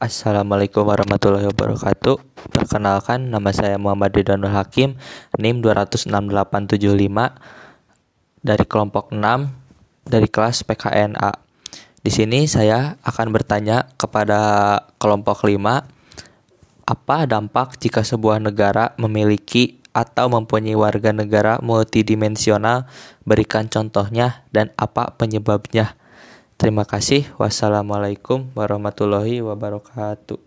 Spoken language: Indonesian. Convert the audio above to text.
Assalamualaikum warahmatullahi wabarakatuh. Perkenalkan, nama saya Muhammad Ridwanul Hakim, NIM 26875 dari kelompok 6 dari kelas PKNA. Di sini saya akan bertanya kepada kelompok 5, apa dampak jika sebuah negara memiliki atau mempunyai warga negara multidimensional? Berikan contohnya dan apa penyebabnya. Terima kasih. Wassalamualaikum warahmatullahi wabarakatuh.